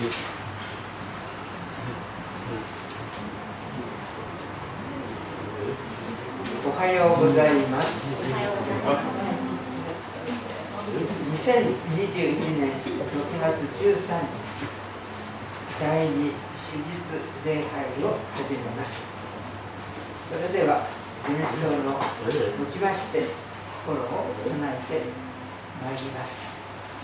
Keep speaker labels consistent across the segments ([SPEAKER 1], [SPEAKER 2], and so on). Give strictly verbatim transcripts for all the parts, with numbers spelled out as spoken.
[SPEAKER 1] おはようございます。にせんにじゅういちねんろくがつじゅうさんにち、第二手術礼拝を始めます。それでは前奏のもちまして心を備えてまいります。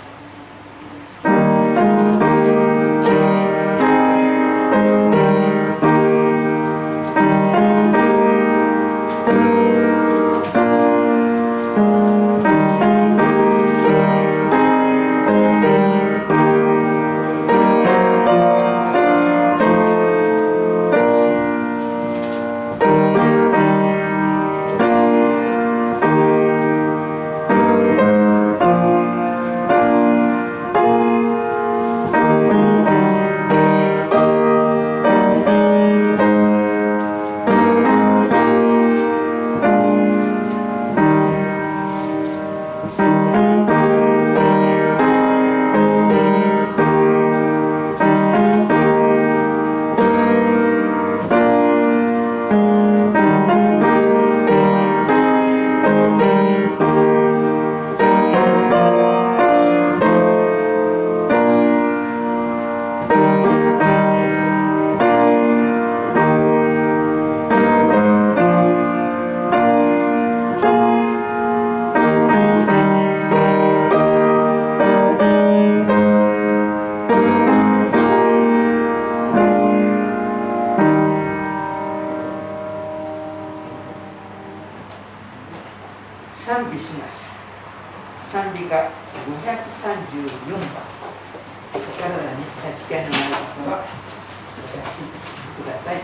[SPEAKER 1] 賛美します。賛美歌ごひゃくさんじゅうよんばん。お体に差し支えのない方はお出しください。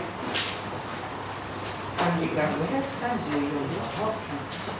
[SPEAKER 1] 賛美歌ごひゃくさんじゅうよんばんを賛美します。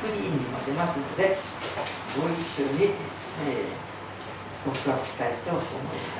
[SPEAKER 1] スクリーンにも出ますので、ご一緒に、えー、告白したいと思います。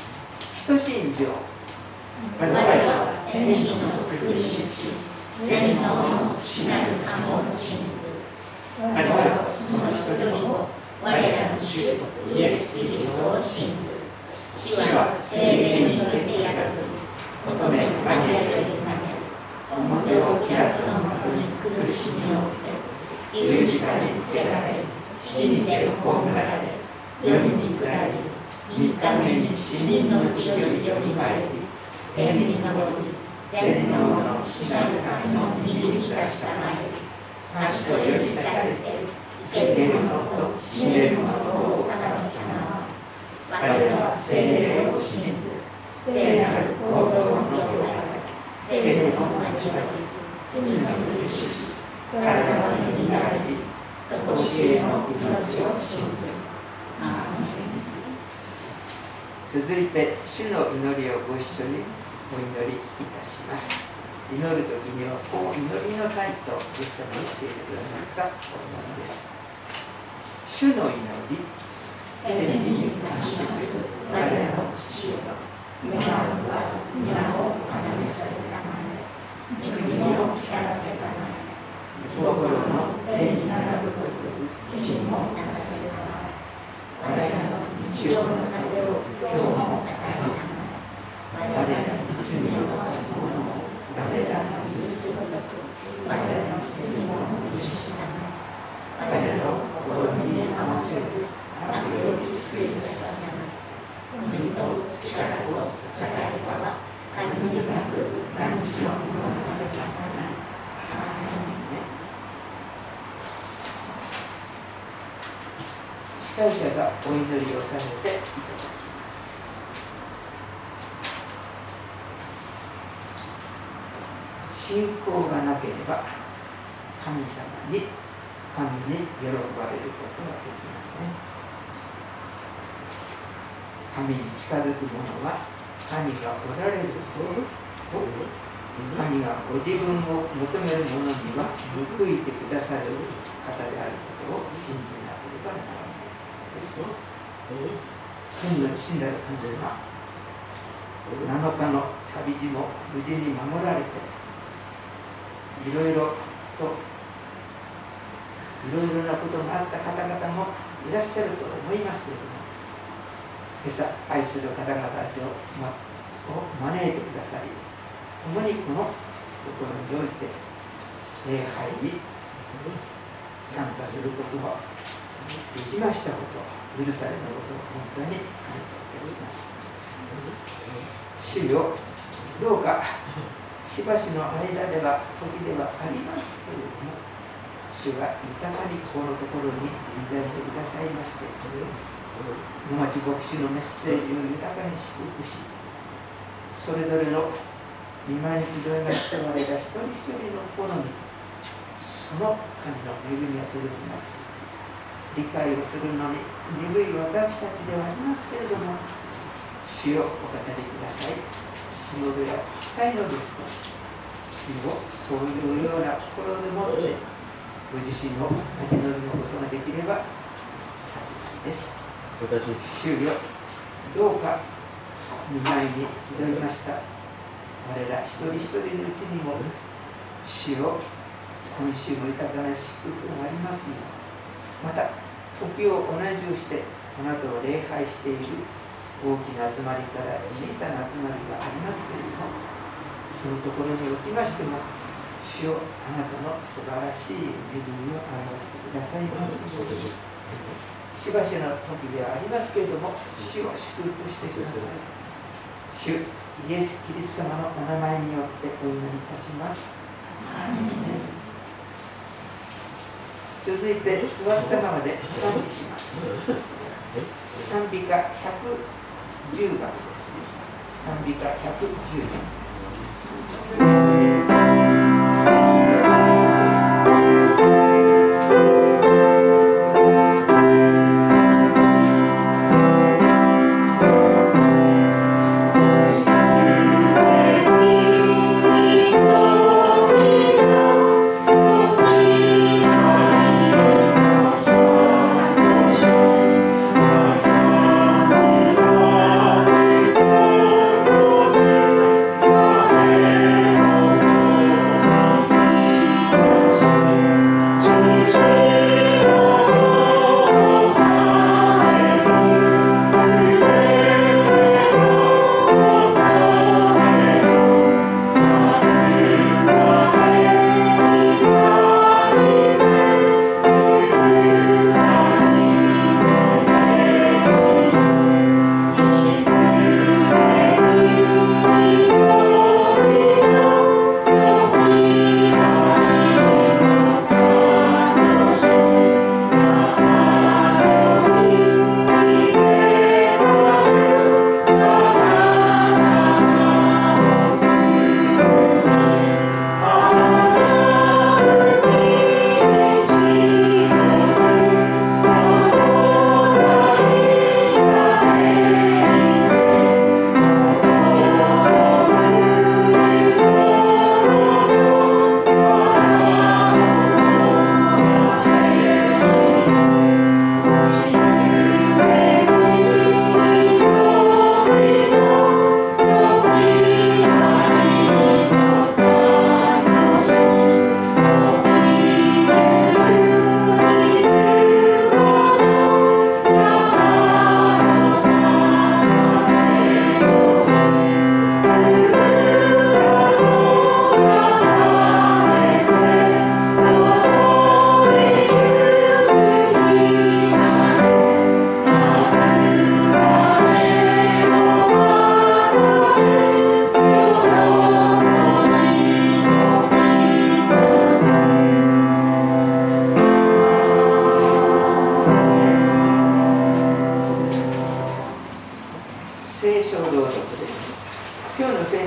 [SPEAKER 1] 等しいん病。我々は天地の作り主、全能の父なる神を信ず。我々はその一人を我らの主イエス・キリストを信ず。主は聖霊によってやられ、乙女マリアより生まれ、表をピラトのもとに苦しみを受け、十字架につけられ、死にて葬られ、世に下り、三日目に死人のうちよりよみがえり、天に昇り、全能の父なる神の右に座したまえり、足とより立たれて、生けるのと死ねるのとを治めたの。我々は聖霊を信ず、聖なる行動の教会、聖霊の交わり、罪の許し、体のよみがえり、としえの命を信ず。アーメン。続いて、主の祈りをご一緒にお祈りいたします。祈るときには、こう祈りなさいとイエス様に教えてくださったお祈りです。主の祈り、天に達す我らの父よ、御名は皆を離れさせたまえ、御国を来たらせたまえ、御心の天に並ぶことを地にもなさせたまえ、我らの日曜の糧を今日も与えたまえ、我らに罪を犯す者を我らの許すごとく、我らの罪を許したまえ、我らの心に合わせず、悪より救い出したまえ、国と力と栄えは限りなく何時のものなるたまえ。アーメン。司会者がお祈りをさせていただきます。信仰がなければ神様に神に喜ばれることはできません。神に近づく者は神がおられると、神がご自分を求める者には報いてくださる方であることを信じなければならないですよ。天の父なる神様、なのかの旅路も無事に守られて、いろいろといろいろなことがあった方々もいらっしゃると思いますけれども、今朝愛する方々を招いてくださり、共にこのところにおいて礼拝に参加することができましたこと、許されたことを本当に感謝いたします。主よ、どうかしばしの間では時ではありますけれども、主が豊かにこのところに臨在してくださいまして、野町牧師のメッセージを豊かに祝福し、それぞれの御前に集いました我ら一人一人の心にその神の恵みが届きます。理解をするのに鈍い私たちではありますけれども、主よお語りください。しもべは聞きたいのですと、主をそういうような心でもってご自身を待ち望むことができれば幸いです。主よ、どうか御前に集いました我ら一人一人のうちにも、主よ、今週も豊かな祝福がありますよう、また時を同じをしてあなたを礼拝している大きな集まりから小さな集まりがありますけれども、そのところにおきましても、主よ、あなたの素晴らしい恵みを表してくださいます。しばしの時ではありますけれども、主を祝福してください。主イエス・キリスト様のお名前によってお祈りいたします。続いて座ったままで賛美します。賛美歌ひゃくじゅうばんです。賛美歌ひゃくじゅうばんです。
[SPEAKER 2] Oh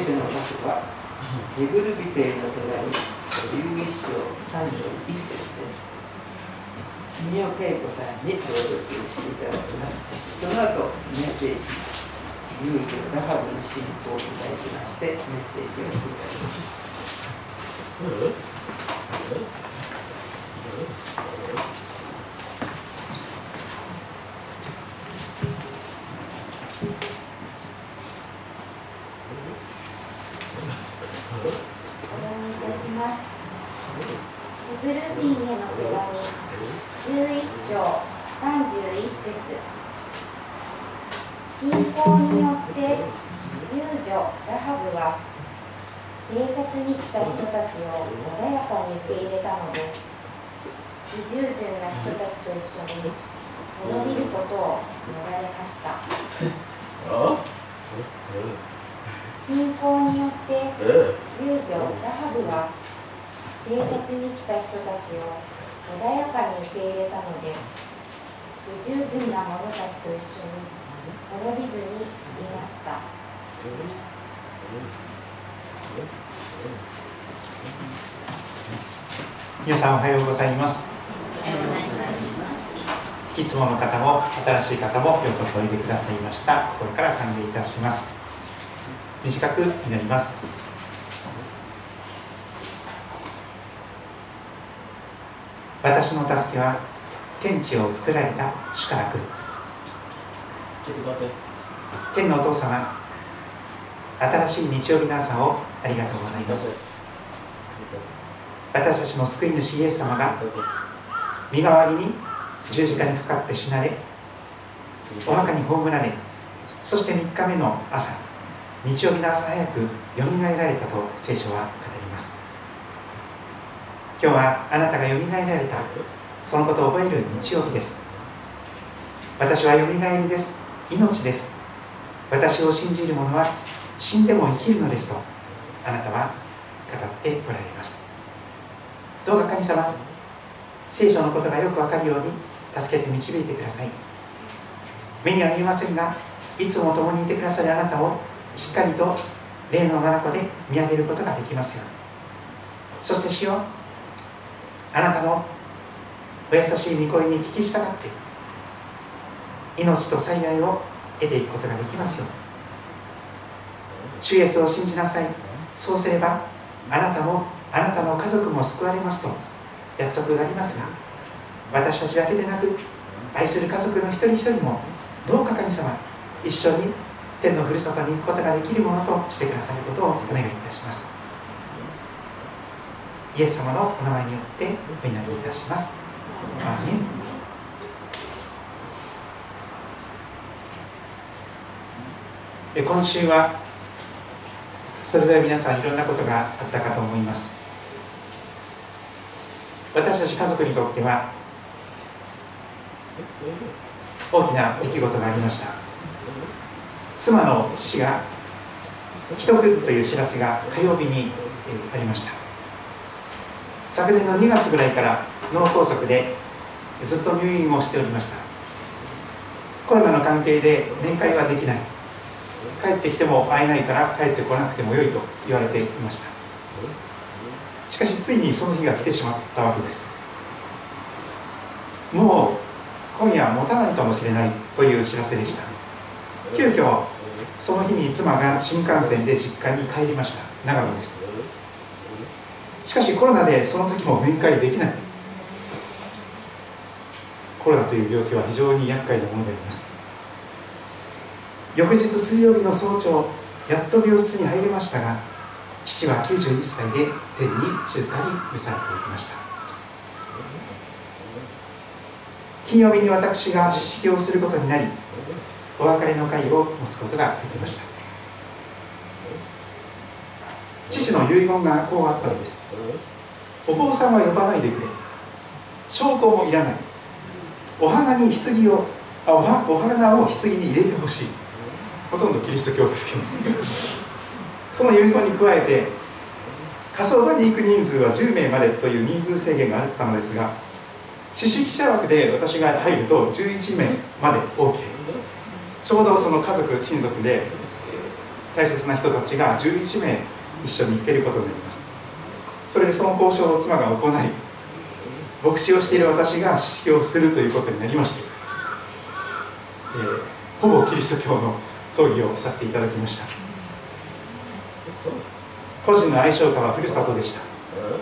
[SPEAKER 1] 書の箇所はヘブルビテへの手紙じゅういっ章さんじゅういっ節です。住尾恵子さんに朗読していただきます。その後メッセージ、遊女ラハブの信仰に対しましてメッセージをしていただきます。
[SPEAKER 2] ヘブル人への手紙じゅういっ章さんじゅういっ節。信仰によって遊女ラハブは偵察に来た人たちを穏やかに受け入れたので、不従順な人たちと一緒に滅びることを逃れました。信仰によって遊女ラハブは偵察に来た人たちを穏やかに受け入れたので、不従順な者たちと一緒に滅びずに過ぎました。
[SPEAKER 3] 皆さんおはようございます。いつもの方も新しい方もようこそおいでくださいました。心から歓迎いたします。短く祈ります。私の助けは天地を作られた主から来る。天のお父様、新しい日曜日の朝をありがとうございます。私たちの救い主イエス様が身代わりに十字架にかかって死なれ、お墓に葬られ、そしてみっかめの朝、日曜日の朝早くよみがえられたと聖書は語ります。今日はあなたがよみがえられた、そのことを覚える日曜日です。私はよみがえりです、命です。私を信じる者は死んでも生きるのですとあなたは語っておられます。どうか神様、聖書のことがよくわかるように助けて導いてください。目には見えませんが、いつも共にいてくださるあなたをしっかりと霊の眼で見上げることができますように。そして主よ、あなたのお優しい御声に聞き従って命と幸いを得ていくことができますように。主イエスを信じなさい。そうすればあなたもあなたの家族も救われますと約束がありますが、私たちだけでなく愛する家族の一人一人もどうか神様、一緒に天のふるさとに行くことができるものとしてくださることをお願いいたします。イエス様のお名前によってお祈りいたします。アーメン。今週はそれぞれ皆さんいろんなことがあったかと思います。私たち家族にとっては大きな出来事がありました。妻の父が危篤という知らせが火曜日にありました。昨年のにがつぐらいから脳梗塞でずっと入院をしておりました。コロナの関係で面会はできない、帰ってきても会えないから帰ってこなくてもよいと言われていました。しかしついにその日が来てしまったわけです。もう今夜持たないかもしれないという知らせでした。急遽その日に妻が新幹線で実家に帰りました。長野です。しかしコロナでその時も面会できない。コロナという病気は非常に厄介なものであります。翌日水曜日の早朝、やっと病室に入りましたが、父はきゅうじゅういっさいで天に静かに召されていきました。金曜日に私が叱責をすることになり、お別れの会を持つことができました。父の遺言がこうあったのです。お坊さんは呼ばないでくれ、証拠もいらない、お花に棺をあ お, はお花を棺に入れてほしい。ほとんどキリスト教ですけどその遺言に加えて、火葬場に行く人数はじゅうめいまでという人数制限があったのですが、知識者枠で私が入るとじゅういちめいまで オーケー。 ちょうどその家族親族で大切な人たちがじゅういちめい一緒に行けることになります。それでその交渉を妻が行い、牧師をしている私が指揮をするということになりまして、えー、ほぼキリスト教の葬儀をさせていただきました。個人の愛称歌はふるさとでした。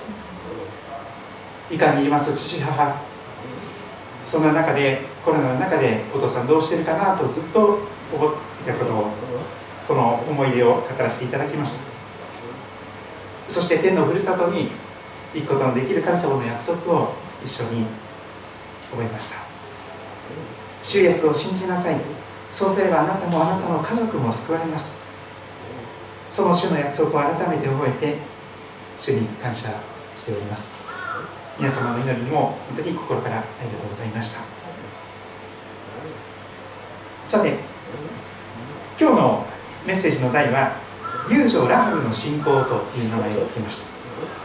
[SPEAKER 3] いかに言います父母、そんな中で、コロナの中でお父さんどうしてるかなとずっと思っていたことを、その思い出を語らせていただきました。そして天のふるさとに行くことのできる神様の約束を一緒に覚えました。主イエスを信じなさい、そうすればあなたもあなたの家族も救われます。その主の約束を改めて覚えて主に感謝しております。皆様の祈りにも本当に心からありがとうございました。さて、今日のメッセージの題は遊女ラハブの信仰という名前を付けました。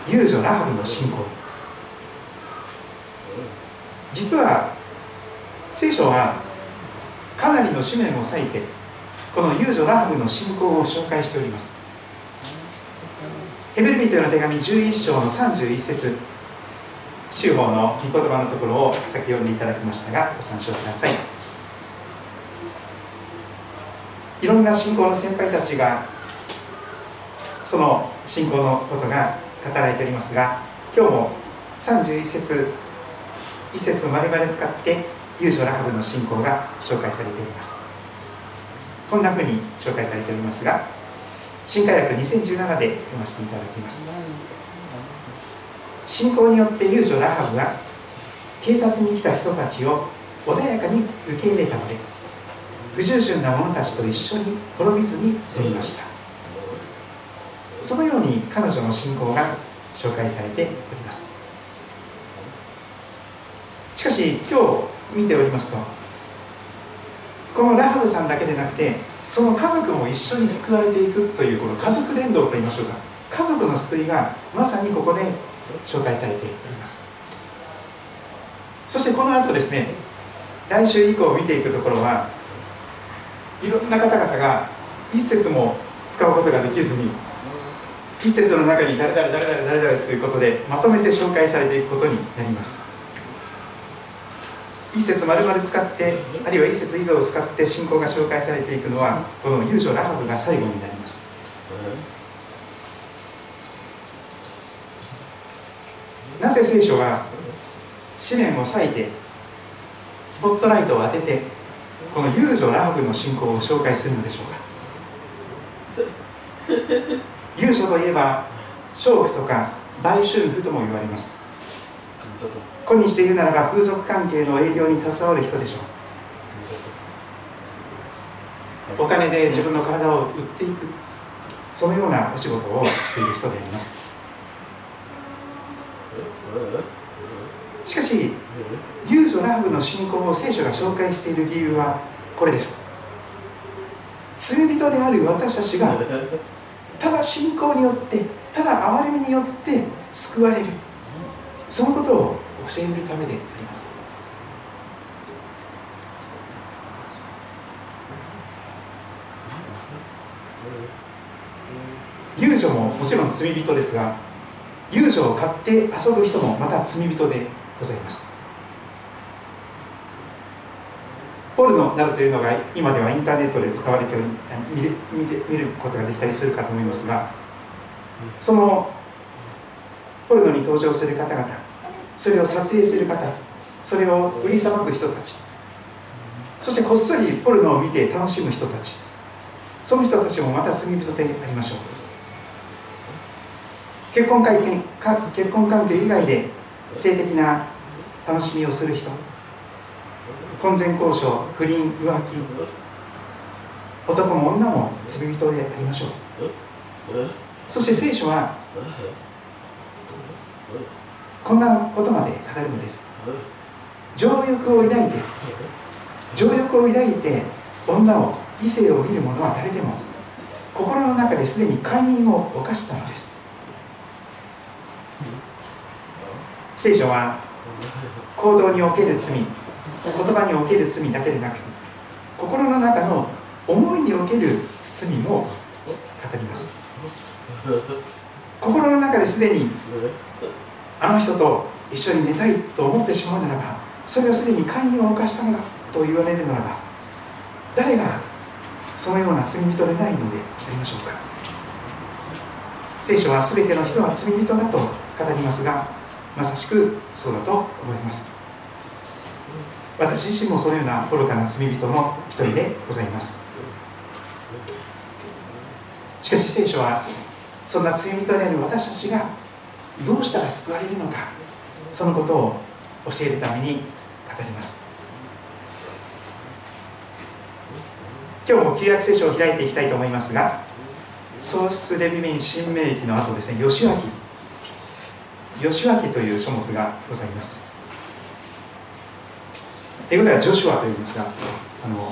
[SPEAKER 3] 遊女ラハブの信仰。実は聖書はかなりの紙面を割いてこの遊女ラハブの信仰を紹介しております。ヘベル人への手紙じゅういっ章のさんじゅういち節、修法の御言葉のところを先読んでいただきましたが、ご参照ください。いろんな信仰の先輩たちがその信仰のことが語られておりますが、今日もさんじゅういち節一節を丸々使って遊女ラハブの信仰が紹介されております。こんなふうに紹介されておりますが、新化訳にせんじゅうななで読ませていただきます。信仰によって遊女ラハブは警察に来た人たちを穏やかに受け入れたので、不従順な者たちと一緒に滅びずに済みました。そのように彼女の信仰が紹介されております。しかし今日見ておりますと、このラハブさんだけでなくてその家族も一緒に救われていくというこの家族伝道といいましょうか、家族の救いがまさにここで紹介されております。そしてこの後ですね、来週以降見ていくところはいろんな方々が一節も使うことができずに、一節の中に誰々誰々誰々ということでまとめて紹介されていくことになります。一節丸々使って、あるいは一節以上を使って信仰が紹介されていくのはこの遊女ラハブが最後になります。なぜ聖書は紙面を割いてスポットライトを当ててこの遊女ラハブの信仰を紹介するのでしょうか。遊女といえば娼婦とか売春婦とも言われます。今日で言うならば風俗関係の営業に携わる人でしょう。お金で自分の体を売っていく、そのようなお仕事をしている人であります。しかし遊女ラハブの信仰を聖書が紹介している理由はこれです。罪人である私たちがただ信仰によって、ただ憐れみによって救われる、そのことを教えるためであります。遊女ももちろん罪人ですが、遊女を買って遊ぶ人もまた罪人でございます。ポルノなどというのが今ではインターネットで使われており、見る、見て、見ることができたりするかと思いますが、そのポルノに登場する方々、それを撮影する方、それを売りさばく人たち、そしてこっそりポルノを見て楽しむ人たち、その人たちもまた罪人でありましょう。結婚会見、結婚関係以外で性的な楽しみをする人、婚前交渉、不倫、浮気、男も女も罪人でありましょう。そして聖書はこんなことまで語るのです。情欲を抱いて情欲を抱いて女を、異性を見る者は誰でも心の中ですでに姦淫を犯したのです。聖書は行動における罪、言葉における罪だけでなくて、心の中の思いにおける罪もります。心の中ですでにあの人と一緒に寝たいと思ってしまうならば、それはすでに姦淫を犯したのだと言われるならば、誰がそのような罪人でないのでありましょうか。聖書は全ての人は罪人だと語りますが、まさしくそうだと思います。私自身もそのような愚かな罪人の一人でございます。しかし聖書はそんな罪人である私たちがどうしたら救われるのか、そのことを教えるために語ります。今日も旧約聖書を開いていきたいと思いますが、創出レビ民新明記の後ですね、義明義明という書物がございます。英語ではジョシュアというんですが、あの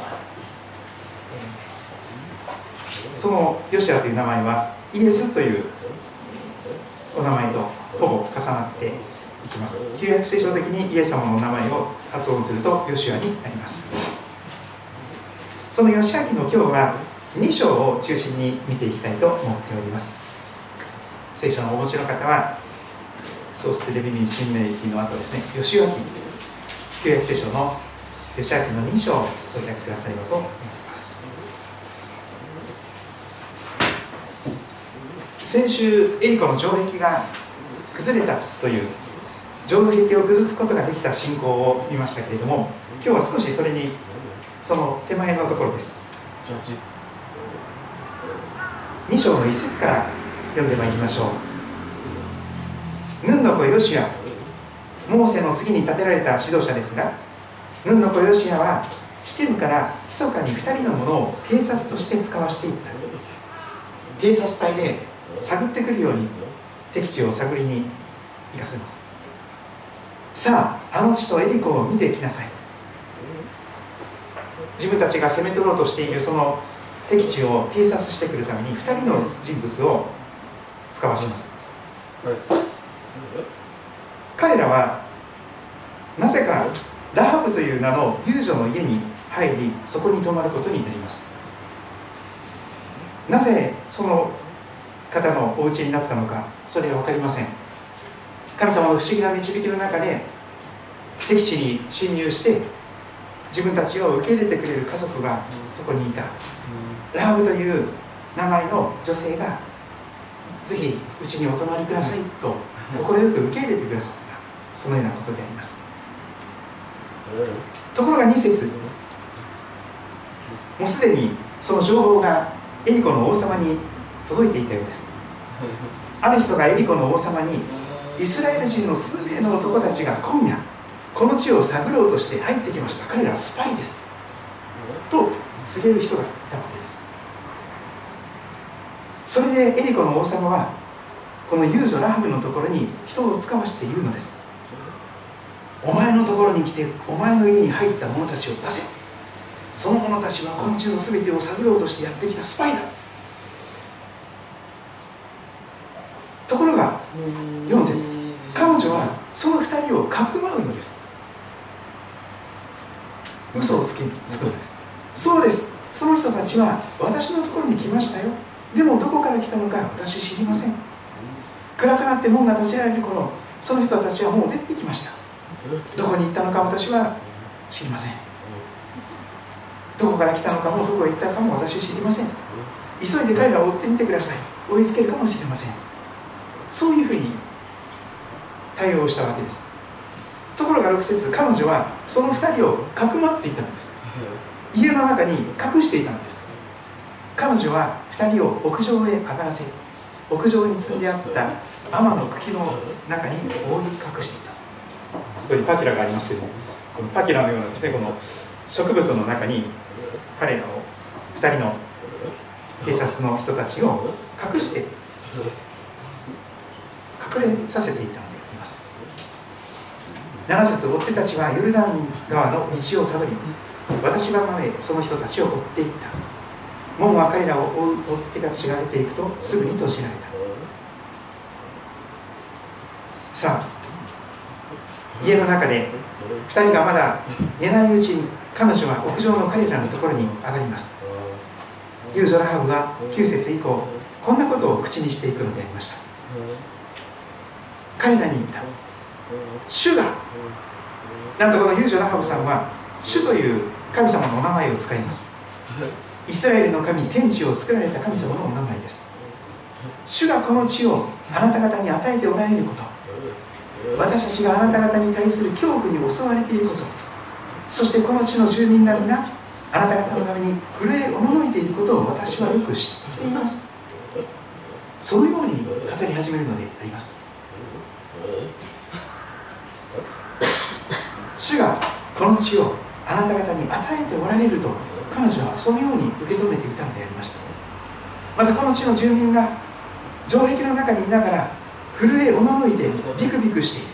[SPEAKER 3] そのヨシュアという名前はイエスというお名前とほぼ重なっていきます。旧約聖書的にイエス様の名前を発音するとヨシュアになります。そのヨシュア記の今日はに章を中心に見ていきたいと思っております。聖書のお持ちの方は創出レビ民新明記の後ですね、ヨシュア記、旧約聖書のヨシュア記のに章をお開きくださればと思います。先週エリコの城壁が崩れたという城壁を崩すことができた信仰を見ましたけれども、今日は少しそれにその手前のところです。に章の一節から読んでまいりましょう。ヌンの子ヨシュア、モーセの次に立てられた指導者ですが、ヌンの子ヨシュアはシテムから密かにふたりの者を警察として使わしていった。偵察隊で探ってくるように敵地を探りに行かせます。さあ、あの地とエリコを見てきなさい。自分たちが攻め取ろうとしているその敵地を偵察してくるためにふたりの人物を使わします。彼らはなぜかラハブという名の遊女の家に入り、そこに泊まることになります。なぜその方のお家になったのか、それは分かりません。神様の不思議な導きの中で敵地に侵入して自分たちを受け入れてくれる家族がそこにいた。ラハブという名前の女性がぜひうちにお泊まりくださいと快く受け入れてくださった、そのようなことであります。ところがに節、もうすでにその情報がエリコの王様に届いていたようです。ある人がエリコの王様に、イスラエル人の数名の男たちが今夜この地を探ろうとして入ってきました。彼らはスパイですと告げる人がいたわけです。それでエリコの王様はこの遊女ラハブのところに人を使わして言うのです。お前のところに来てお前の家に入った者たちを出せ。その者たちはこの地の全てを探ろうとしてやってきたスパイだ。ところがよん節、彼女はそのふたりをかくまうのです。嘘をつきつくのです。そうです、その人たちは私のところに来ましたよ。でもどこから来たのか私知りません。暗くなって門が閉じられる頃、その人たちはもう出てきました。どこに行ったのか私は知りません。どこから来たのかもどこへ行ったのかも私知りません。急いで彼らを追ってみてください。追いつけるかもしれません。そういうふうに対応したわけです。ところがろく節、彼女はそのふたりをかくまっていたのです。家の中に隠していたのです。彼女はふたりを屋上へ上がらせ、屋上に積んであった天の茎の中に覆い隠していた。そこにパキラがありますけども、このパキラのようなですね、この植物の中に彼らをふたりの警察の人たちを隠して隠れさせていたのであります。なな節、追っ手たちはヨルダン川の道をたどり、私はまでその人たちを追っていった。門は彼らを追う追っ手たちが出ていくとすぐに閉じられた。さあ、家の中でふたりがまだ寝ないうちに彼女は屋上の彼らのところに上がります。遊女ラハブはきゅう節以降、 こんなことを口にしていくのでありました。彼らに言った。主が、なんとこの遊女ラハブさんは主という神様のお名前を使います。イスラエルの神、天地を作られた神様のお名前です。主がこの地をあなた方に与えておられること、私たちがあなた方に対する恐怖に襲われていること、そしてこの地の住民が皆あなた方のために震えおののいていることを私はよく知っています。そのように語り始めるのであります。主がこの地をあなた方に与えておられると彼女はそのように受け止めていたのでありました。またこの地の住民が城壁の中にいながら震えおののいてビクビクしている、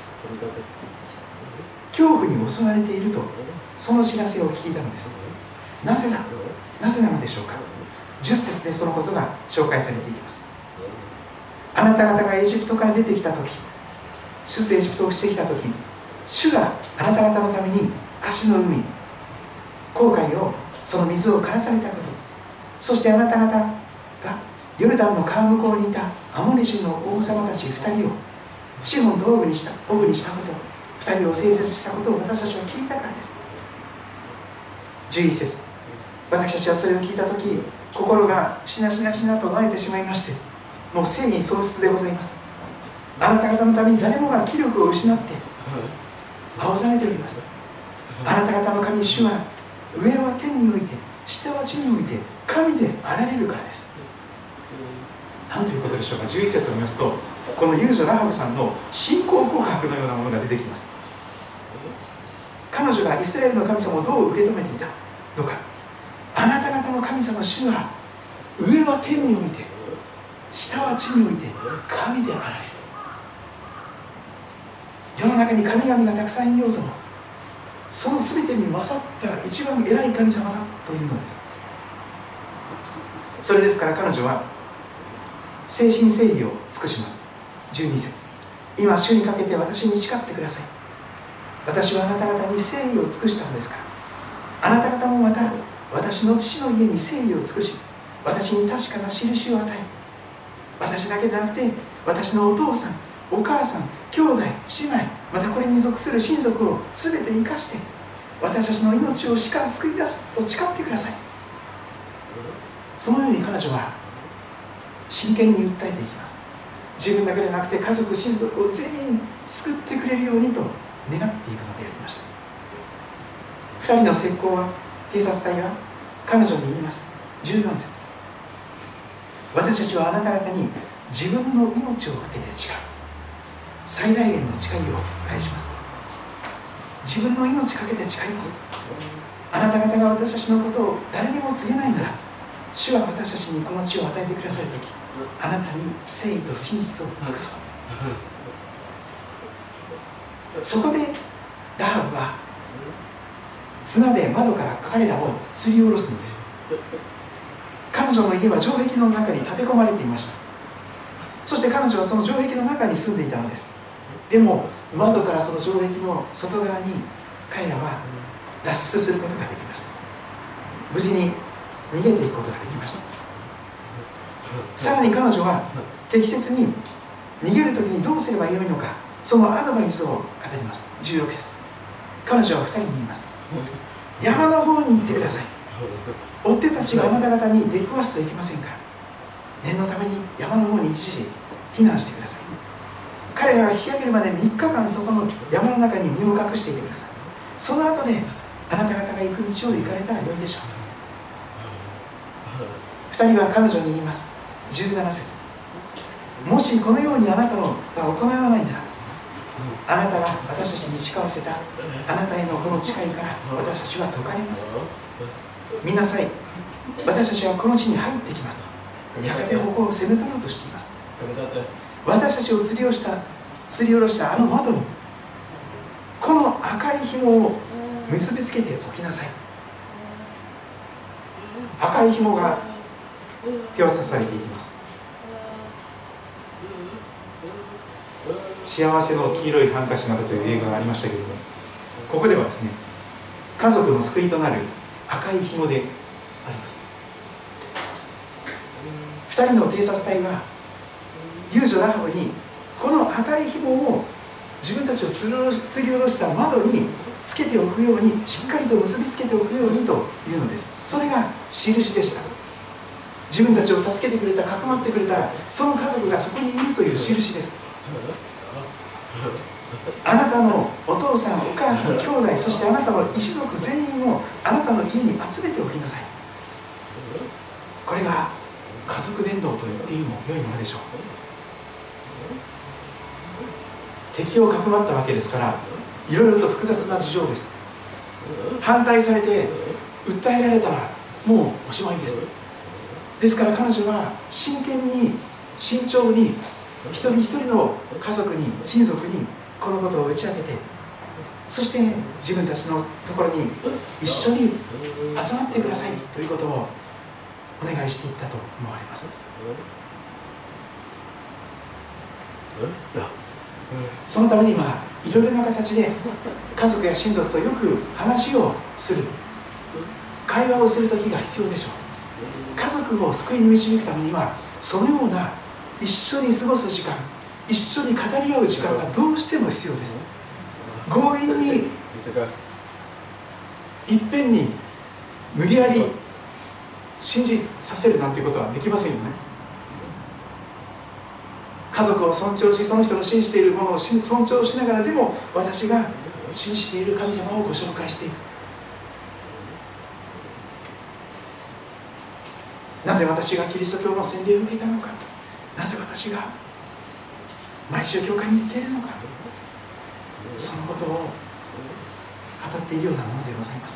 [SPEAKER 3] 恐怖に襲われているとその知らせを聞いたのです。なぜだなぜなのでしょうか。じゅっ節でそのことが紹介されていきます。あなた方がエジプトから出てきたとき、出エジプトをしてきたとき、主があなた方のために足の海、紅海をその水を枯らされたこと、そしてあなた方がヨルダンの川向こうにいたアモリ人の王様たちふたりをシホンとオグにしたオグにしたこと、ふたりを征設したことを私たちは聞いたからです。じゅういち節、私たちはそれを聞いたとき、心がしなしなしなと萎えてしまいまして、もう戦意喪失でございます。あなた方のために誰もが気力を失って青ざめております。あなた方の神主は上は天において下は地において神であられるからです。何ということでしょうか。じゅういち節を見ますと、この遊女ラハブさんの信仰告白のようなものが出てきます。彼女がイスラエルの神様をどう受け止めていたのか。あなた方の神様主は上は天において下は地において神であられる。世の中に神々がたくさんいようとも、その全てに勝った一番偉い神様だというのです。それですから彼女は誠心誠意を尽くします。じゅうに節、今主にかけて私に誓ってください。私はあなた方に誠意を尽くしたのですから、あなた方もまた私の父の家に誠意を尽くし、私に確かな印を与え、私だけでなくて私のお父さん、お母さん、兄弟、姉妹、またこれに属する親族を全て生かして私たちの命を死から救い出すと誓ってください。そのように彼女は真剣に訴えていきます。自分だけでなくて家族、親族を全員救ってくれるようにと願っていくのでありました。ふたりの石膏は偵察隊は彼女に言います。じゅうよん節、私たちはあなた方に自分の命をかけて誓う。最大限の誓いを返します。自分の命かけて誓います。あなた方が私たちのことを誰にも告げないなら、主は私たちにこの地を与えてくださるとき、あなたに誠意と真実を尽くそう。そこでラハブは綱で窓から彼らを吊り下ろすのです。彼女の家は城壁の中に立て込まれていました。そして彼女はその城壁の中に住んでいたのです。でも窓からその城壁の外側に彼らは脱出することができました。無事に逃げていくことができました。さらに彼女は適切に逃げるときにどうすればよいのか、そのアドバイスを語ります。じゅうろく節、彼女はふたりに言います。山の方に行ってください。追っ手たちがあなた方に出くわすといけませんから、念のために山の方に一時避難してください。彼らが引き上げるまでみっかかんそこの山の中に身を隠していてください。その後であなた方が行く道を行かれたらよいでしょう。ふたりは彼女に言います。じゅうなな節、もしこのようにあなたのが行わないなら、あなたが私たちに誓わせたあなたへのこの誓いから私たちは解かれます。見なさい、私たちはこの地に入ってきます。やがてここを攻め取ろうとしています。私たちを釣りをした釣り下ろしたあの窓にこの赤い紐を結びつけておきなさい。赤い紐が手渡されていきます。幸せの黄色いハンカチなどという映画がありましたけれども、ここではですね、家族の救いとなる赤い紐であります。 ふたりの偵察隊は遊女ラハブにこの赤い紐を自分たちを釣り下ろした窓につけておくように、しっかりと結びつけておくようにというのです。それが印でした。自分たちを助けてくれた、かくまってくれたその家族がそこにいるという印です。あなたのお父さん、お母さん、兄弟、そしてあなたの一族全員をあなたの家に集めておきなさい。これが家族伝道と言っていいも良いものでしょう。敵をかくまったわけですから、いろいろと複雑な事情です。反対されて訴えられたらもうおしまいです。ですから彼女は真剣に慎重に一人一人の家族に、親族にこのことを打ち明けて、そして自分たちのところに一緒に集まってくださいということをお願いしていったと思われます。そのためにはいろいろな形で家族や親族とよく話をする、会話をする時が必要でしょう。家族を救いに導くためにはそのような一緒に過ごす時間、一緒に語り合う時間がどうしても必要です。強引にいっぺんに無理やり信じさせるなんていうことはできませんよね。家族を尊重し、その人の信じているものを尊重しながら、でも私が信じている神様をご紹介していく。なぜ私がキリスト教の洗礼を受けたのか、なぜ私が毎週教会に行っているのか、そのことを語っているようなものでございます。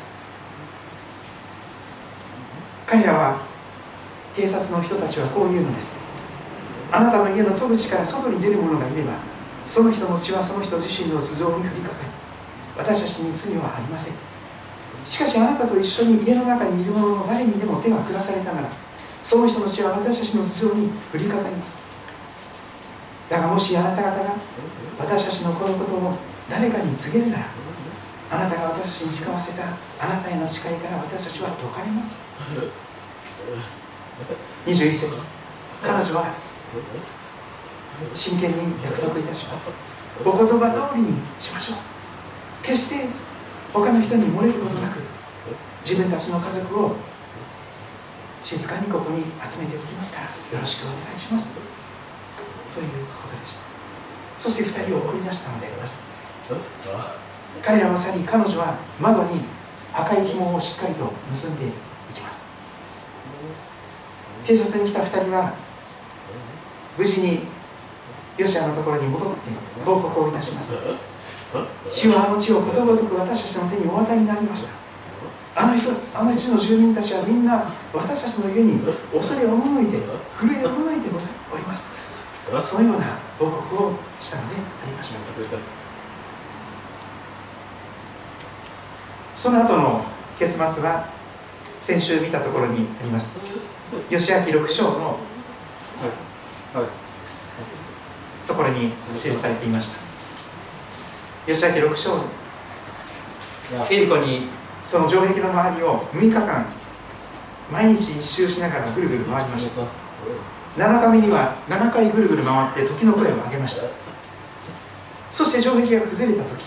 [SPEAKER 3] 彼らは、偵察の人たちはこう言うのです。あなたの家の戸口から外に出る者がいれば、その人の血はその人自身の頭上に降りかかり、私たちに罪はありません。しかしあなたと一緒に家の中にいる者の誰にでも手が下されたなら、その人の血は私たちの頭上に降りかかります。だがもしあなた方が私たちのこのことを誰かに告げるなら、あなたが私たちに誓わせたあなたへの誓いから私たちは解かれます。にじゅういち節、彼女は真剣に約束いたします。お言葉通りにしましょう。決して他の人に漏れることなく、自分たちの家族を静かにここに集めておきますから、よろしくお願いしますということでした。そしてふたりを送り出したのであります。彼らは去り、彼女は窓に赤い紐をしっかりと結んでいきます。偵察に来たふたりは無事にヨシアのところに戻って報告をいたします。主はあの地をことごとく私たちの手にお与えになりました。あの人、あの地の住民たちはみんな私たちの家に恐れおののいて、震えおののいてござおります。そのような報告をしたのでありました。その後の結末は先週見たところにあります。ヨシア記ろく章のところに記されていました。ヨシア記ろく章、エリコにその城壁の周りをむいかかん毎日一周しながらぐるぐる回りました。なのかめにはななかいぐるぐる回って時の声を上げました。そして城壁が崩れた時、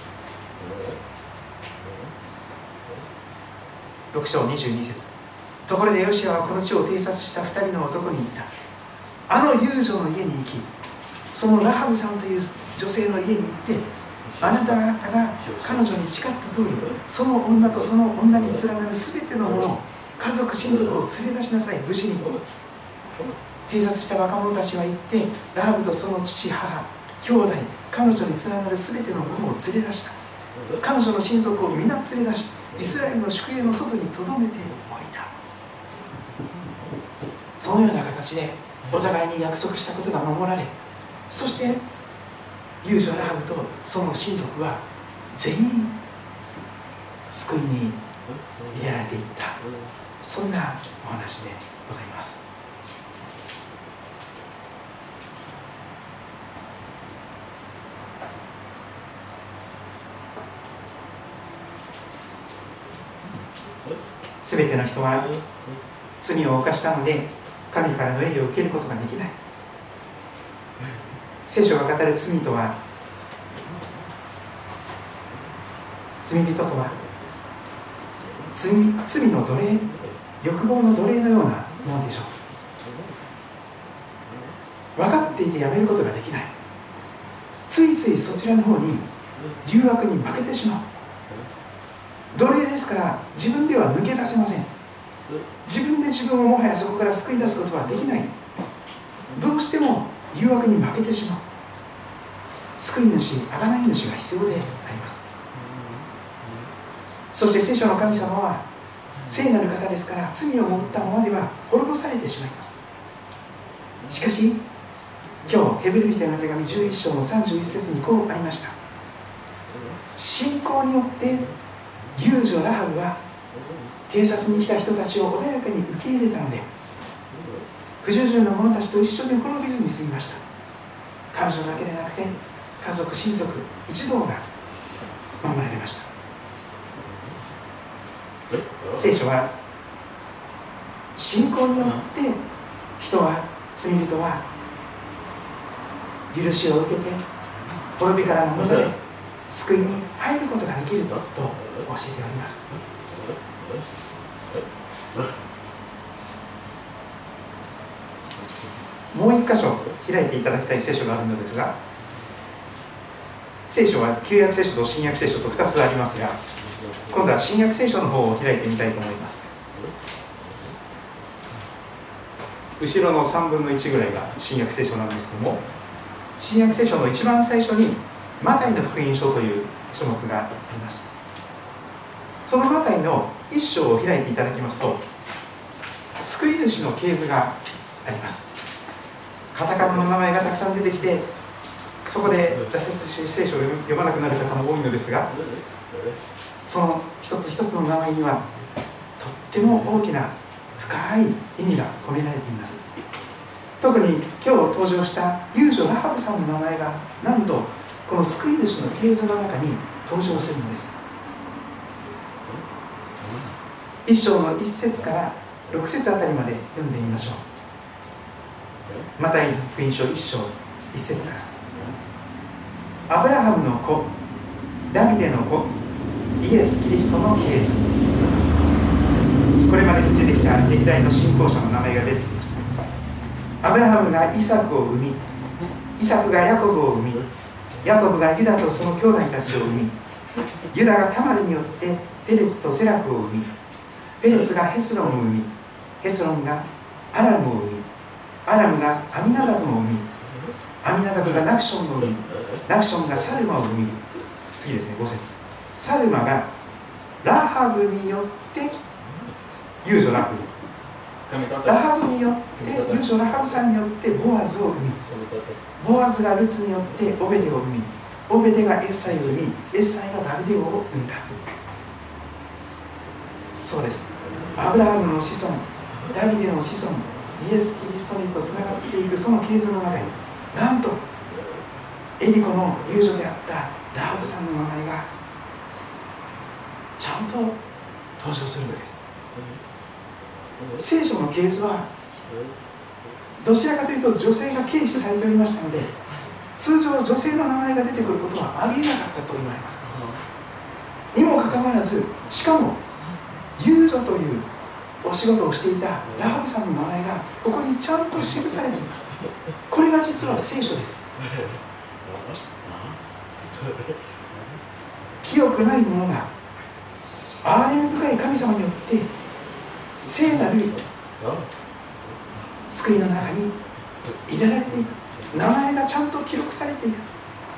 [SPEAKER 3] ろく章にじゅうに節、ところでヨシアはこの地を偵察したふたりの男に言った。あの遊女の家に行き、そのラハブさんという女性の家に行って、あなた方が彼女に誓った通り、その女とその女に連なるすべてのもの、家族親族を連れ出しなさい。無事に偵察した若者たちは行って、ラハブとその父母兄弟、彼女に連なるすべてのものを連れ出した。彼女の親族を皆連れ出し、イスラエルの宿営の外に留めておいた。そのような形でお互いに約束したことが守られ、そして遊女ラハブとその親族は全員救いに入れられていった、そんなお話でございます。すべての人は罪を犯したので神からの栄誉を受けることができない。聖書が語る罪とは、罪人とは罪、罪の奴隷、欲望の奴隷のようなものでしょう。分かっていてやめることができない。ついついそちらの方に誘惑に負けてしまう。奴隷ですから自分では抜け出せません。自分で自分をもはやそこから救い出すことはできない。どうしても誘惑に負けてしまう。救い主、贖い主が必要であります。そして聖書の神様は聖なる方ですから、罪を持ったままでは滅ぼされてしまいます。しかし今日ヘブル人への手紙じゅういっ章のさんじゅういち節にこうありました。信仰によって遊女ラハブは偵察に来た人たちを穏やかに受け入れたので、不従順な者たちと一緒に滅びずに済みました。彼女だけでなくて家族、親族一同が守られました。聖書は信仰によって人は、罪人は許しを受けて滅びから守られ、救いに入ることができると教えております。もう一箇所開いていただきたい聖書があるのですが、聖書は旧約聖書と新約聖書とふたつありますが、今度は新約聖書の方を開いてみたいと思います。後ろのさんぶんのいちぐらいが新約聖書なんですけども、新約聖書の一番最初にマタイの福音書という書物があります。そのマタイの一章を開いていただきますと、救い主の系図があります。カタカナの名前がたくさん出てきて、そこで挫折し聖書を読まなくなる方も多いのですが、その一つ一つの名前にはとっても大きな深い意味が込められています。特に今日登場した遊女ラハブさんの名前がなんとこの救い主の系図の中に登場するのです。一章の一節から六節あたりまで読んでみましょう。マタイ福音書一章一節から。アブラハムの子、ダビデの子、イエス・キリストの系図。これまでに出てきた歴代の信仰者の名前が出てきます。アブラハムがイサクを生み、イサクがヤコブを生み、ヤコブがユダとその兄弟たちを生み、ユダがタマルによってペレツとセラフを生み、ペレツがヘスロンを生み、ヘスロンがアラムを生み、アラムがアミナダブを生み、アミナダブがナクションを生み、ナクションがサルマを生み、次ですね、ご節。サルマがラハブによって遊女ラハブ、ラハブによって遊女ラハブさんによってボアズを生み、ボアズがルツによってオベデを生み、オベデがエッサイを生み、エッサイがダビデを生んだ。そうです。アブラハムの子孫、ダビデの子孫、イエス・キリストにとつながっていくその系図の中に、なんとエリコの遊女であったラハブさんの名前がちゃんと登場するのです。聖書の系図はどちらかというと女性が軽視されておりましたので、通常女性の名前が出てくることはありえなかったと言われます。にもかかわらず、しかも遊女というお仕事をしていたラハブさんの名前がここにちゃんと記されています。これが実は聖書です。清くないものが憐れみ深い神様によって聖なる救いの中に入れられていく。名前がちゃんと記録されている。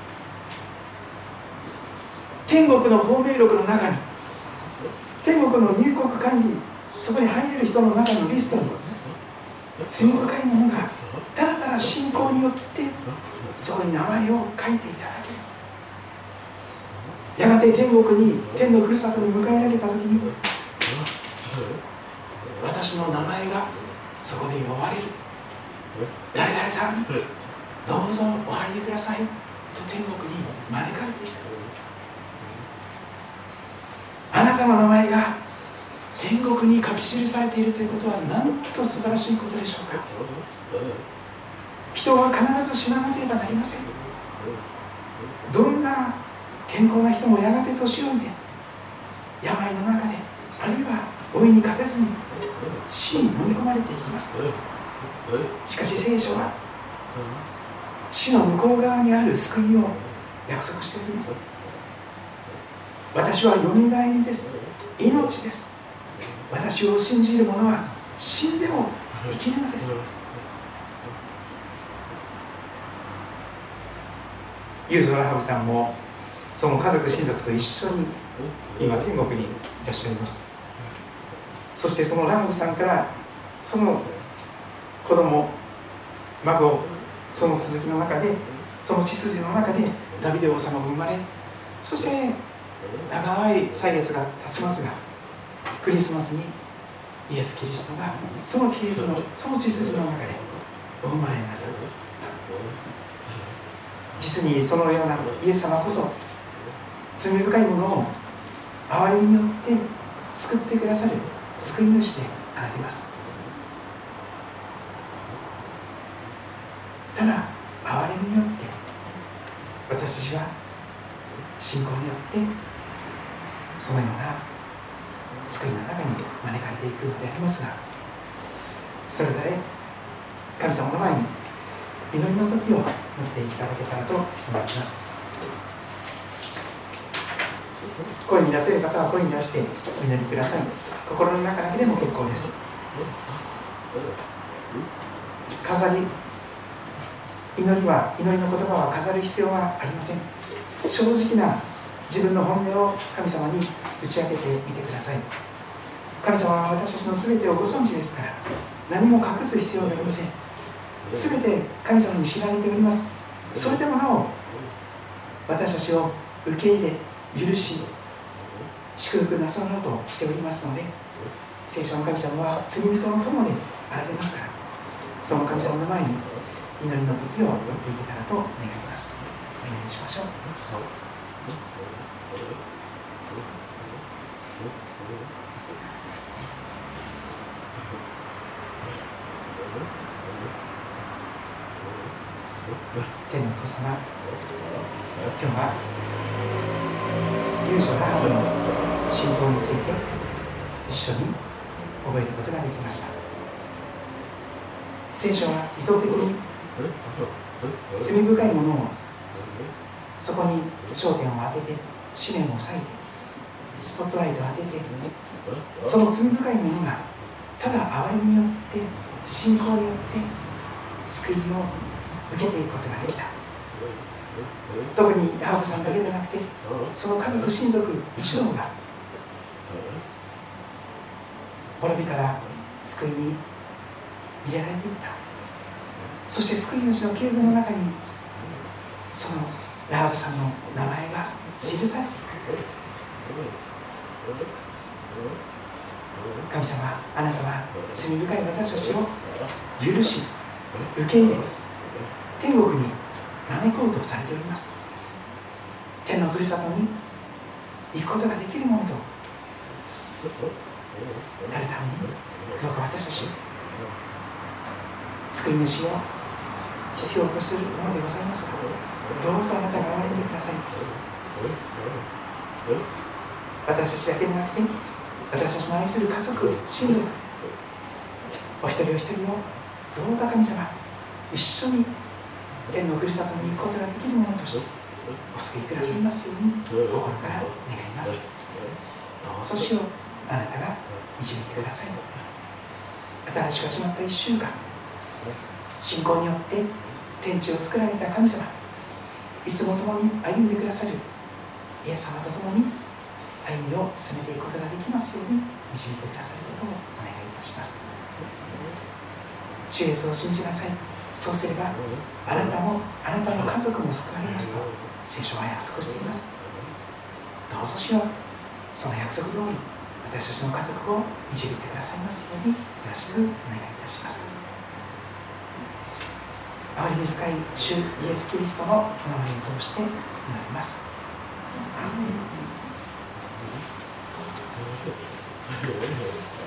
[SPEAKER 3] 天国の芳名録の中に、天国の入国管理、そこに入れる人の中のリストに罪深いものがただただ信仰によってそこに名前を書いていただける。やがて天国に、天のふるさとに迎えられた時に、私の名前がそこで呼ばれる。誰々さん、どうぞお入りくださいと天国に招かれていく。あなたの名前が天国録に書き記されているということはなんと素晴らしいことでしょうか。人は必ず死ななければなりません。どんな健康な人もやがて年老いて病の中で、あるいは老いに勝てずに死に飲み込まれていきます。しかし聖書は死の向こう側にある救いを約束しております。私はよみがえりです。命です。私を信じる者は死んでも生きるのです。遊女ラハブさんもその家族親族と一緒に今天国にいらっしゃいます。そしてそのラハブさんからその子供、孫、その続きの中で、その血筋の中でダビデ王様が生まれ、そして長い歳月が経ちますが、クリスマスにイエス・キリストがその系図のその血筋の中でお生まれなさる。実にそのようなイエス様こそ罪深いものを憐れみによって救ってくださる救い主であられます。ただ憐れみによって私たちは信仰によってそのような救いの中に招かれていくのでありますが、それぞれ神様の前に祈りの時を持っていただけたらと思います。声に出せる方は声に出してお祈りください。心の中だけでも結構です。飾り、祈りは、祈りの言葉は飾る必要はありません。正直な自分の本音を神様に打ち明けてみてください。神様は私たちの全てをご存知ですから、何も隠す必要がありません。全て神様に知られております。それでもなお私たちを受け入れ、許し、祝福なさろうとしておりますので、聖書の神様は罪人の友であられますから、その神様の前に祈りの時を持っていけたらと願います。お祈りしましょう。天のお父様、今日は遊女ラハブの信仰について一緒に覚えることができました。聖書は意図的に罪深いものをそこに焦点を当てて、試練を割いて、スポットライトを当てて、その罪深いものがただ憐れみによって信仰によって救いを受けていくことができた。特にラハブさんだけでなくて、その家族親族一同が滅びから救いに入れられていった。そして救い主の系図の中にそのラハブさんの名前が記されていく。神様、あなたは罪深い私たちを許し、受け入れ、天国に招こうとされております。天のふるさとに行くことができるものとなるために、どうか私たち救い主を必要とするものでございます。どうぞあなたが憐れんでください。私たちだけでなくて、私たちの愛する家族、親族、お一人お一人をどうか神様、一緒に天のふるさとに行くことができるものとしてお救いくださいますように心から願います。どうぞ主よ、あなたが導いてください。新しく始まったいっしゅうかん、信仰によって天地を作られた神様、いつも共に歩んでくださるイエス様と共に歩みを進めていくことができますように導いてくださることをお願いいたします。主イエスを信じなさい。そうすればあなたもあなたの家族も救われますと聖書は約束しています。どうぞ主よ、その約束通り私たちの家族を導いてくださいますようによろしくお願いいたします。憐れみ深い主イエス・キリストのお名前を通して祈ります。アーメン。